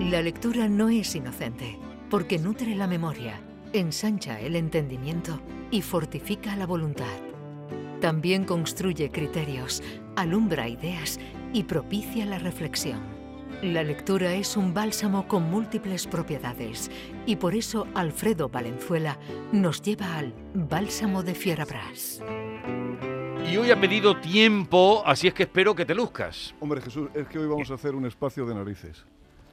La lectura no es inocente, porque nutre la memoria, ensancha el entendimiento y fortifica la voluntad. También construye criterios, alumbra ideas y propicia la reflexión. La lectura es un bálsamo con múltiples propiedades y por eso Alfredo Valenzuela nos lleva al Bálsamo de Fierabras. Y hoy ha pedido tiempo, así es que espero que te luzcas. Hombre, Jesús, es que hoy vamos a hacer un espacio de narices.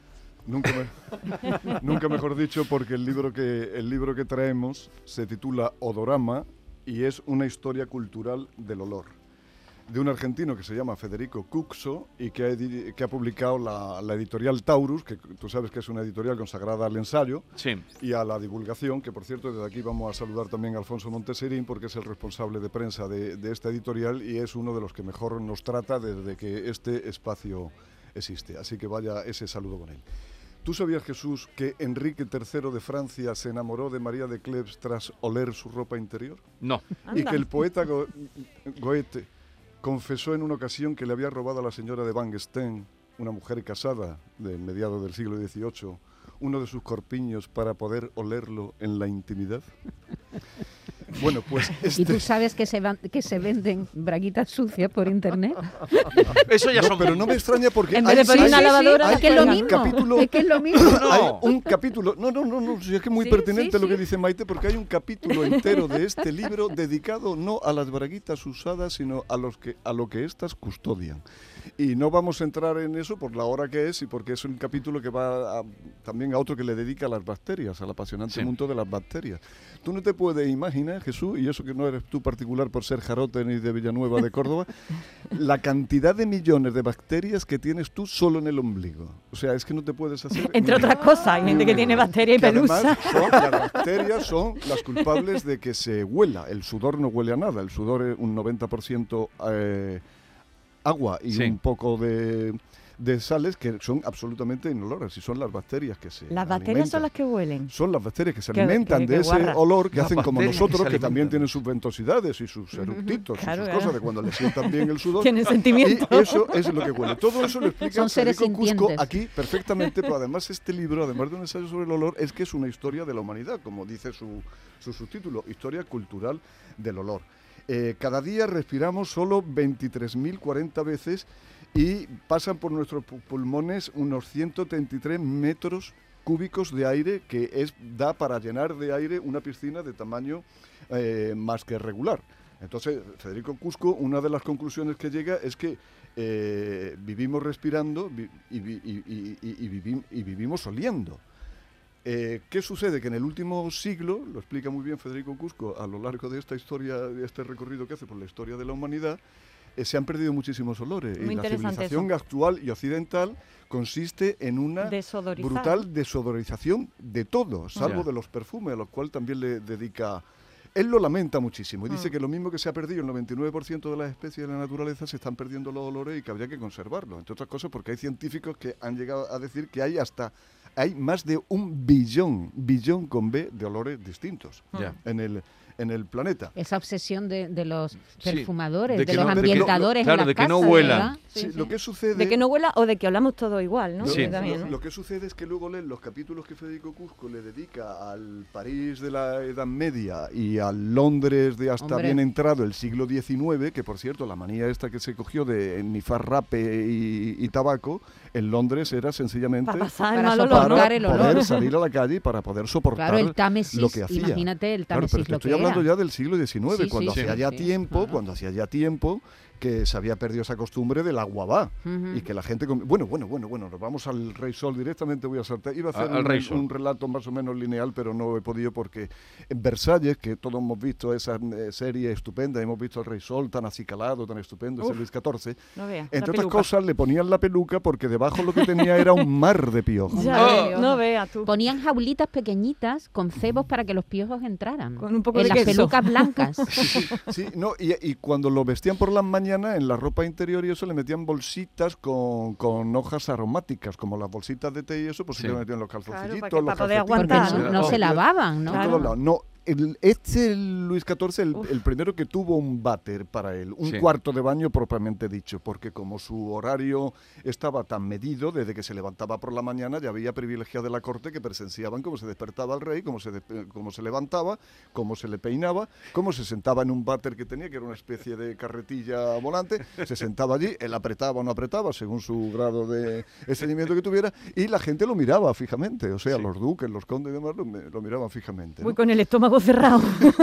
Nunca mejor dicho, porque el libro que traemos se titula Odorama y es una historia cultural del olor, de un argentino que se llama Federico Cuxo y que ha publicado la editorial Taurus, que tú sabes que es una editorial consagrada al ensayo y a la divulgación, que por cierto desde aquí vamos a saludar también a Alfonso Monteserín, porque es el responsable de prensa de esta editorial y es uno de los que mejor nos trata desde que este espacio existe. Así que vaya ese saludo con él. ¿Tú sabías, Jesús, que Enrique III de Francia se enamoró de María de Cleves tras oler su ropa interior? No. Y que el poeta Goethe confesó en una ocasión que le había robado a la señora de Wangenstein, una mujer casada de mediados del siglo XVIII, uno de sus corpiños para poder olerlo en la intimidad. Bueno, pues ¿Y tú sabes que se venden braguitas sucias por internet? Eso ya pero no me extraña porque en vez de poner una lavadora, es que es lo mismo. Es que es lo mismo. Hay un capítulo, no, es que es muy pertinente lo que dice Maite, porque hay un capítulo entero de este libro dedicado no a las braguitas usadas, sino a lo que éstas custodian. Y no vamos a entrar en eso por la hora que es y porque es un capítulo que va también a otro que le dedica a las bacterias, al apasionante mundo de las bacterias. Tú no te puedes imaginar, Jesús, y eso que no eres tú particular por ser jarote ni de Villanueva de Córdoba, la cantidad de millones de bacterias que tienes tú solo en el ombligo. O sea, es que no te puedes hacer... Entre otras cosas, hay gente que tiene bacteria y pelusa. Además, las bacterias son las culpables de que se huela. El sudor no huele a nada. El sudor es un 90% agua y un poco de sales que son absolutamente inoloras y son las bacterias que se ¿Las bacterias alimentan. Son las que huelen? Son las bacterias que se alimentan de ese olor que hacen como nosotros, que también tienen sus ventosidades y sus eructitos y sus cosas de cuando le sientan bien el sudor. Tienen sentimientos. Y eso es lo que huele. Todo eso lo explica Federico Cusco aquí perfectamente, pero además este libro, además de un ensayo sobre el olor, es que es una historia de la humanidad, como dice su subtítulo, Historia Cultural del Olor. Cada día respiramos solo 23.040 veces y pasan por nuestros pulmones unos 133 metros cúbicos de aire, que da para llenar de aire una piscina de tamaño más que regular. Entonces, Federico Cusco, una de las conclusiones que llega es que vivimos respirando y vivimos oliendo. ¿Qué sucede? Que en el último siglo, lo explica muy bien Federico Cusco a lo largo de esta historia, de este recorrido que hace por la historia de la humanidad, se han perdido muchísimos olores. Muy y la civilización actual y occidental consiste en una brutal desodorización de todo, salvo de los perfumes, a los cuales también le dedica... Él lo lamenta muchísimo y dice que lo mismo que se ha perdido el 99% de las especies de la naturaleza, se están perdiendo los olores y que habría que conservarlos. Entre otras cosas porque hay científicos que han llegado a decir que hay más de 1 billón con B de olores distintos en el planeta. Esa obsesión de los perfumadores, de los ambientadores en las de que casas, no huela. Lo que sucede... De que no huela o de que hablamos todo igual, ¿no? Lo que sucede es que luego leen los capítulos que Federico Cusco le dedica al París de la Edad Media y al Londres de hasta bien entrado el siglo XIX, que por cierto, la manía esta que se cogió de nifar rape y tabaco, en Londres era sencillamente para poder salir a la calle y para poder soportar el Támesis, lo que hacía. Imagínate el Támesis, pero estoy hablando ya del siglo XIX, cuando hacía ya tiempo que se había perdido esa costumbre del agua va y que la gente... Bueno, nos vamos al Rey Sol directamente, voy a saltar. Iba a hacer un relato más o menos lineal, pero no he podido porque en Versalles, que todos hemos visto esa serie estupenda, hemos visto al Rey Sol tan acicalado, tan estupendo, ese Luis XIV, entre otras cosas le ponían la peluca porque debajo lo que tenía era un mar de piojos. No veas tú. Ponían jaulitas pequeñitas con cebos para que los piojos entraran. Con un poco en de las queso. pelucas blancas. Y cuando lo vestían por las mañanas, en la ropa interior y eso le metían bolsitas con hojas aromáticas, como las bolsitas de té y eso, pues se le metían los calzoncillitos, para los poder calcetines. aguantar. Porque no se lavaban, ¿no? No, Luis XIV, el primero que tuvo un váter para él, un cuarto de baño propiamente dicho, porque como su horario estaba tan medido, desde que se levantaba por la mañana ya había privilegiados de la corte que presenciaban cómo se despertaba el rey, cómo se levantaba, cómo se le peinaba, cómo se sentaba en un váter que tenía, que era una especie de carretilla volante, se sentaba allí, él apretaba o no apretaba, según su grado de estreñimiento que tuviera, y la gente lo miraba fijamente, o sea, los duques, los condes y demás lo miraban fijamente. Muy con el estómago cerrado.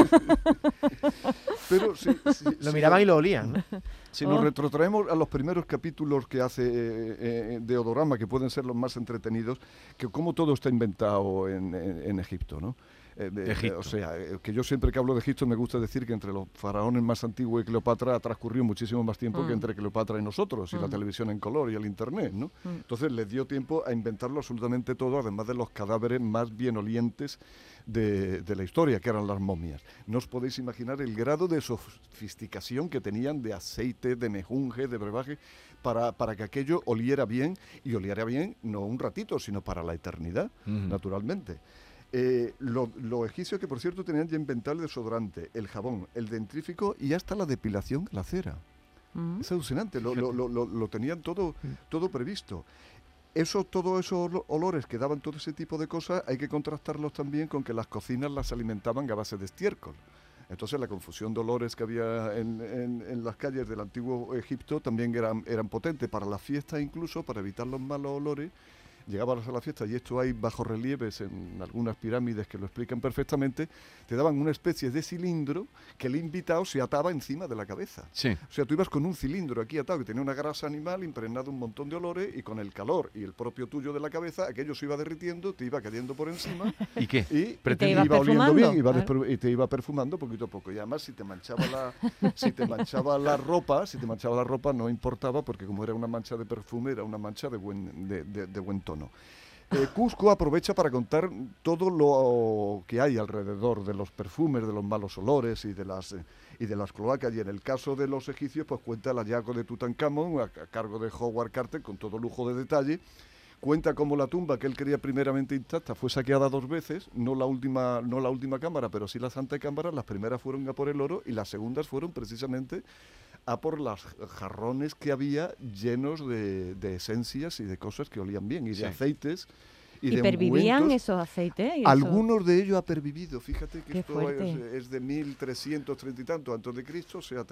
Pero lo miraban y lo olían, ¿no? Si nos retrotraemos a los primeros capítulos que hace de Odorama, que pueden ser los más entretenidos, que cómo todo está inventado en Egipto, ¿no? Egipto. O sea, que yo siempre que hablo de Egipto me gusta decir que entre los faraones más antiguos y Cleopatra ha transcurrido muchísimo más tiempo que entre Cleopatra y nosotros, y la televisión en color y el internet, ¿no? Entonces les dio tiempo a inventarlo absolutamente todo, además de los cadáveres más bien olientes de la historia, que eran las momias. No os podéis imaginar el grado de sofisticación que tenían de aceite, de mejunje, de brebaje, para que aquello oliera bien, y oliera bien no un ratito, sino para la eternidad, naturalmente. Los egipcios, que por cierto tenían ya inventado el desodorante, el jabón, el dentrífico y hasta la depilación de la cera. Es alucinante, lo tenían todo previsto. Todos esos olores que daban todo ese tipo de cosas, hay que contrastarlos también con que las cocinas las alimentaban a base de estiércol. Entonces la confusión de olores que había en las calles del antiguo Egipto también eran potentes. Para las fiestas, incluso, para evitar los malos olores, llegabas a la fiesta, y esto hay bajorrelieves en algunas pirámides que lo explican perfectamente, te daban una especie de cilindro que el invitado se ataba encima de la cabeza. Sí. O sea, tú ibas con un cilindro aquí atado que tenía una grasa animal impregnada un montón de olores, y con el calor y el propio tuyo de la cabeza, aquello se iba derritiendo, te iba cayendo por encima. ¿Y qué? Y te iba oliendo bien, y te iba perfumando poquito a poco. Y además, si te manchaba la ropa no importaba, porque como era una mancha de perfume, era una mancha de buen tono. Cusco aprovecha para contar todo lo que hay alrededor de los perfumes, de los malos olores y de las cloacas, y en el caso de los egipcios pues cuenta el hallazgo de Tutankamón a cargo de Howard Carter con todo lujo de detalle. Cuenta cómo la tumba que él quería primeramente intacta fue saqueada 2 veces, no la última cámara, pero sí la Santa Cámara. Las primeras fueron a por el oro y las segundas fueron precisamente a por los jarrones que había llenos de esencias y de cosas que olían bien, y de aceites. ¿Y pervivían esos aceites? Algunos de ellos ha pervivido, fíjate que Qué esto fuerte. es de 1330 y tanto antes de Cristo, o sea,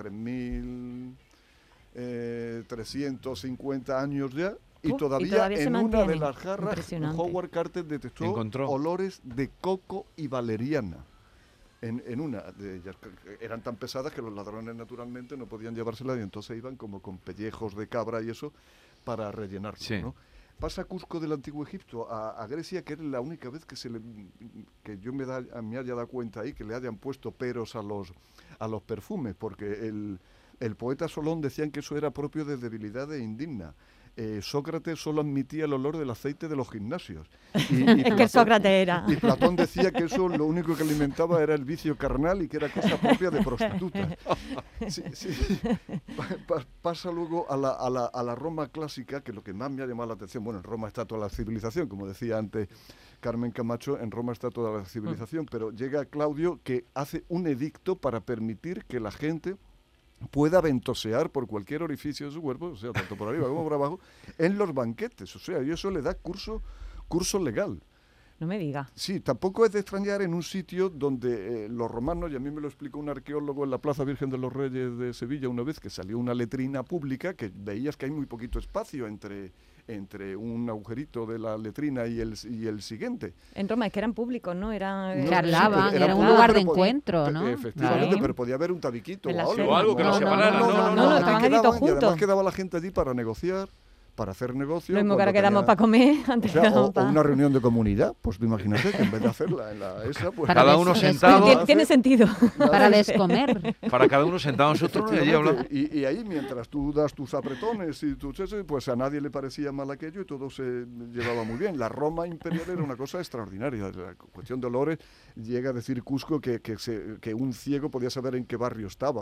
3350 años ya. Y todavía en una de las jarras Howard Carter detectó olores de coco y valeriana. En una de ellas, eran tan pesadas que los ladrones naturalmente no podían llevárselas, y entonces iban como con pellejos de cabra y eso para rellenarlo, sí. ¿no? Pasa Cusco del antiguo Egipto a Grecia, que es la única vez que yo me haya dado cuenta ahí que le hayan puesto peros a los perfumes, porque el poeta Solón decían que eso era propio de debilidad e indigna. Sócrates solo admitía el olor del aceite de los gimnasios. Es que Sócrates era. Y Platón decía que eso lo único que alimentaba era el vicio carnal y que era cosa propia de prostitutas. Sí. Pasa luego a la Roma clásica, que lo que más me ha llamado la atención, bueno, en Roma está toda la civilización, como decía antes Carmen Camacho, en Roma está toda la civilización, pero llega Claudio, que hace un edicto para permitir que la gente pueda ventosear por cualquier orificio de su cuerpo, o sea, tanto por arriba como por abajo, en los banquetes. O sea, y eso le da curso legal. No me diga. Sí, tampoco es de extrañar en un sitio donde los romanos, y a mí me lo explicó un arqueólogo en la Plaza Virgen de los Reyes de Sevilla una vez, que salió una letrina pública, que veías que hay muy poquito espacio entre un agujerito de la letrina y el siguiente. En Roma es que eran públicos, ¿no? Charlaban, era un lugar de encuentro, ¿no? Efectivamente, Claro. pero podía haber un tabiquito o algo que no separara. No, estaban allí todos y juntos. además quedaba la gente allí para negociar, para hacer negocios. Lo mismo que ahora quedamos para comer, antes o una reunión de comunidad, pues tú imagínate que en vez de hacerla en esa, pues cada uno sentado. Tiene sentido. Para descomer. Para cada uno sentado en su trono y allí hablando. Y ahí, mientras tú das tus apretones y pues a nadie le parecía mal aquello y todo se llevaba muy bien. La Roma imperial era una cosa extraordinaria. La cuestión de olores, llega a decir Cusco que un ciego podía saber en qué barrio estaba.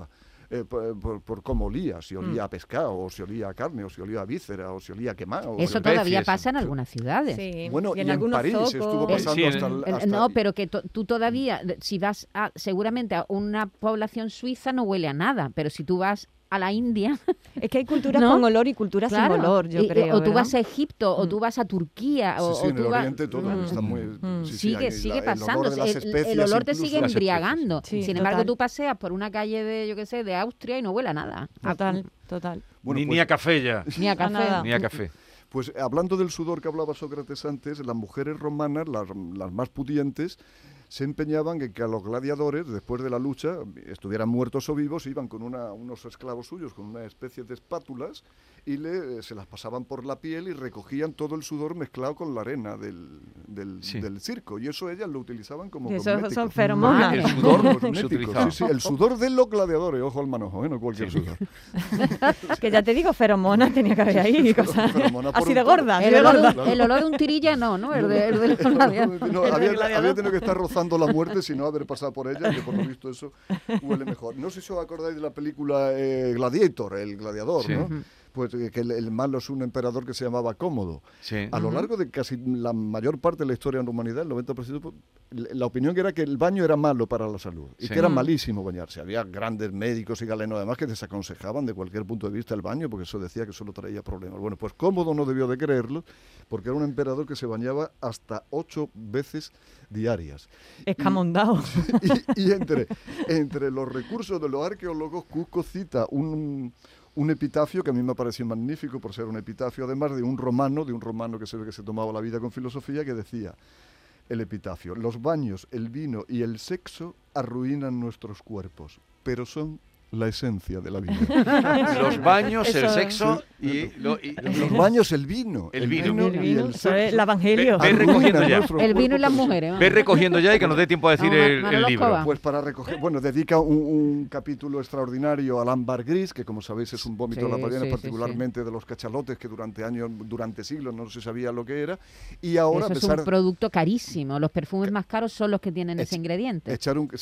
por cómo olía, si olía a pescado, o si olía a carne, o si olía a víscera, o si olía a quemado. Eso todavía pasa en algunas ciudades. Sí. Bueno, y en algunos París zocos. estuvo pasando hasta... No, pero que tú todavía, si vas seguramente a una población suiza no huele a nada, pero si tú vas a la India... Es que hay culturas ¿no? con olor y culturas sin olor, yo creo. O tú vas a Egipto, o tú vas a Turquía, sí, en el tú Oriente todo está muy... Sigue pasando, el olor te sigue embriagando. Sí, sin embargo, tú paseas por una calle de Austria y no huele a nada. Total. Bueno, ni a café ya. Ni a café. Ni a café. Pues hablando del sudor que hablaba Sócrates antes, las mujeres romanas, las más pudientes, se empeñaban en que a los gladiadores, después de la lucha, estuvieran muertos o vivos, iban con unos esclavos suyos, con una especie de espátulas, y se las pasaban por la piel y recogían todo el sudor mezclado con la arena del circo. Y eso ellas lo utilizaban como cosmético. Son feromonas. El sudor se utilizaba. Sí, el sudor de los gladiadores, ojo al manojo, no cualquier sudor. Que ya te digo, feromonas tenía que haber ahí, cosas así de gordas. El olor de un tirilla no, el de los gladiadores. No, había tenido que estar rozando la muerte, sino haber pasado por ella, que por lo visto eso huele mejor. No sé si os acordáis de la película Gladiator, el gladiador, ¿no? Pues que el malo es un emperador que se llamaba Cómodo. Sí. A lo largo de casi la mayor parte de la historia de la humanidad, el 90%, la opinión que era que el baño era malo para la salud y que era malísimo bañarse. Había grandes médicos y galenos además que desaconsejaban de cualquier punto de vista el baño porque eso decía que solo traía problemas. Bueno, pues Cómodo no debió de creerlo porque era un emperador que se bañaba hasta 8 veces diarias. Escamondado. Y entre los recursos de los arqueólogos, Cusco cita un epitafio que a mí me ha parecido magnífico por ser un epitafio, además de un romano que se ve que se tomaba la vida con filosofía, que decía el epitafio: los baños, el vino y el sexo arruinan nuestros cuerpos, pero son la esencia de la vida. Los baños, el sexo y los baños, el vino. El vino y el sexo. El evangelio. Ve recogiendo ya. El vino y las mujeres. Ve recogiendo ya y que nos dé tiempo a decir el libro. Pues para recoger, dedica un capítulo extraordinario al ámbar gris, que como sabéis es un vómito de la ballena, particularmente de los cachalotes, que durante siglos no se sabía lo que era. Y ahora eso es un producto carísimo. Los perfumes más caros son los que tienen ese ingrediente.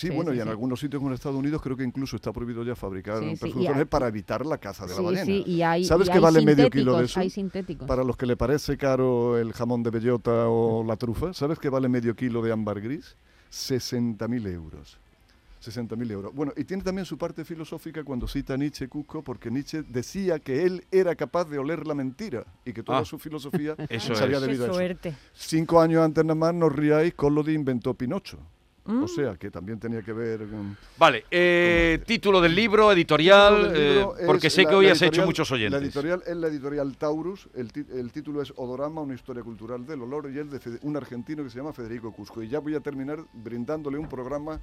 Y en algunos sitios como en Estados Unidos creo que incluso está prohibido ya fabricar perfumes para evitar la caza de la ballena. ¿Sabes qué vale medio kilo de eso? Hay sintéticos. Para los que le parece caro el jamón de bellota o la trufa, ¿sabes qué vale medio kilo de ámbar gris? 60.000 euros. 60.000 euros. Bueno, y tiene también su parte filosófica cuando cita a Nietzsche, Cusco, porque Nietzsche decía que él era capaz de oler la mentira y que toda su filosofía se había debido a eso. 5 años antes nada más, no os riáis, Collodi inventó Pinocho. O sea, que también tenía que ver con... Vale, título del libro, editorial, porque sé que hoy has hecho muchos oyentes. La editorial es la editorial Taurus, el título es Odorama, una historia cultural del olor, y es de un argentino que se llama Federico Cusco. Y ya voy a terminar brindándole un programa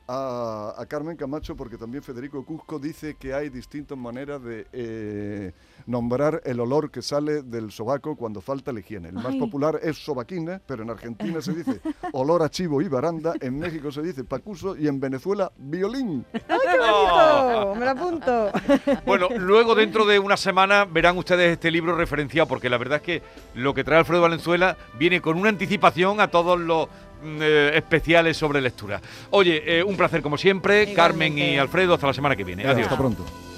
a Carmen Camacho, porque también Federico Cusco dice que hay distintas maneras de nombrar el olor que sale del sobaco cuando falta la higiene. El más popular es sobaquina, pero en Argentina se dice olor a chivo y baranda, en México se dice pacuso y en Venezuela violín. ¡Ay, qué bonito! Me lo apunto. Bueno, luego dentro de una semana verán ustedes este libro referenciado, porque la verdad es que lo que trae Alfredo Valenzuela viene con una anticipación a todos los especiales sobre lectura. Oye, un placer como siempre. Igualmente. Carmen y Alfredo, hasta la semana que viene. Adiós. Hasta pronto.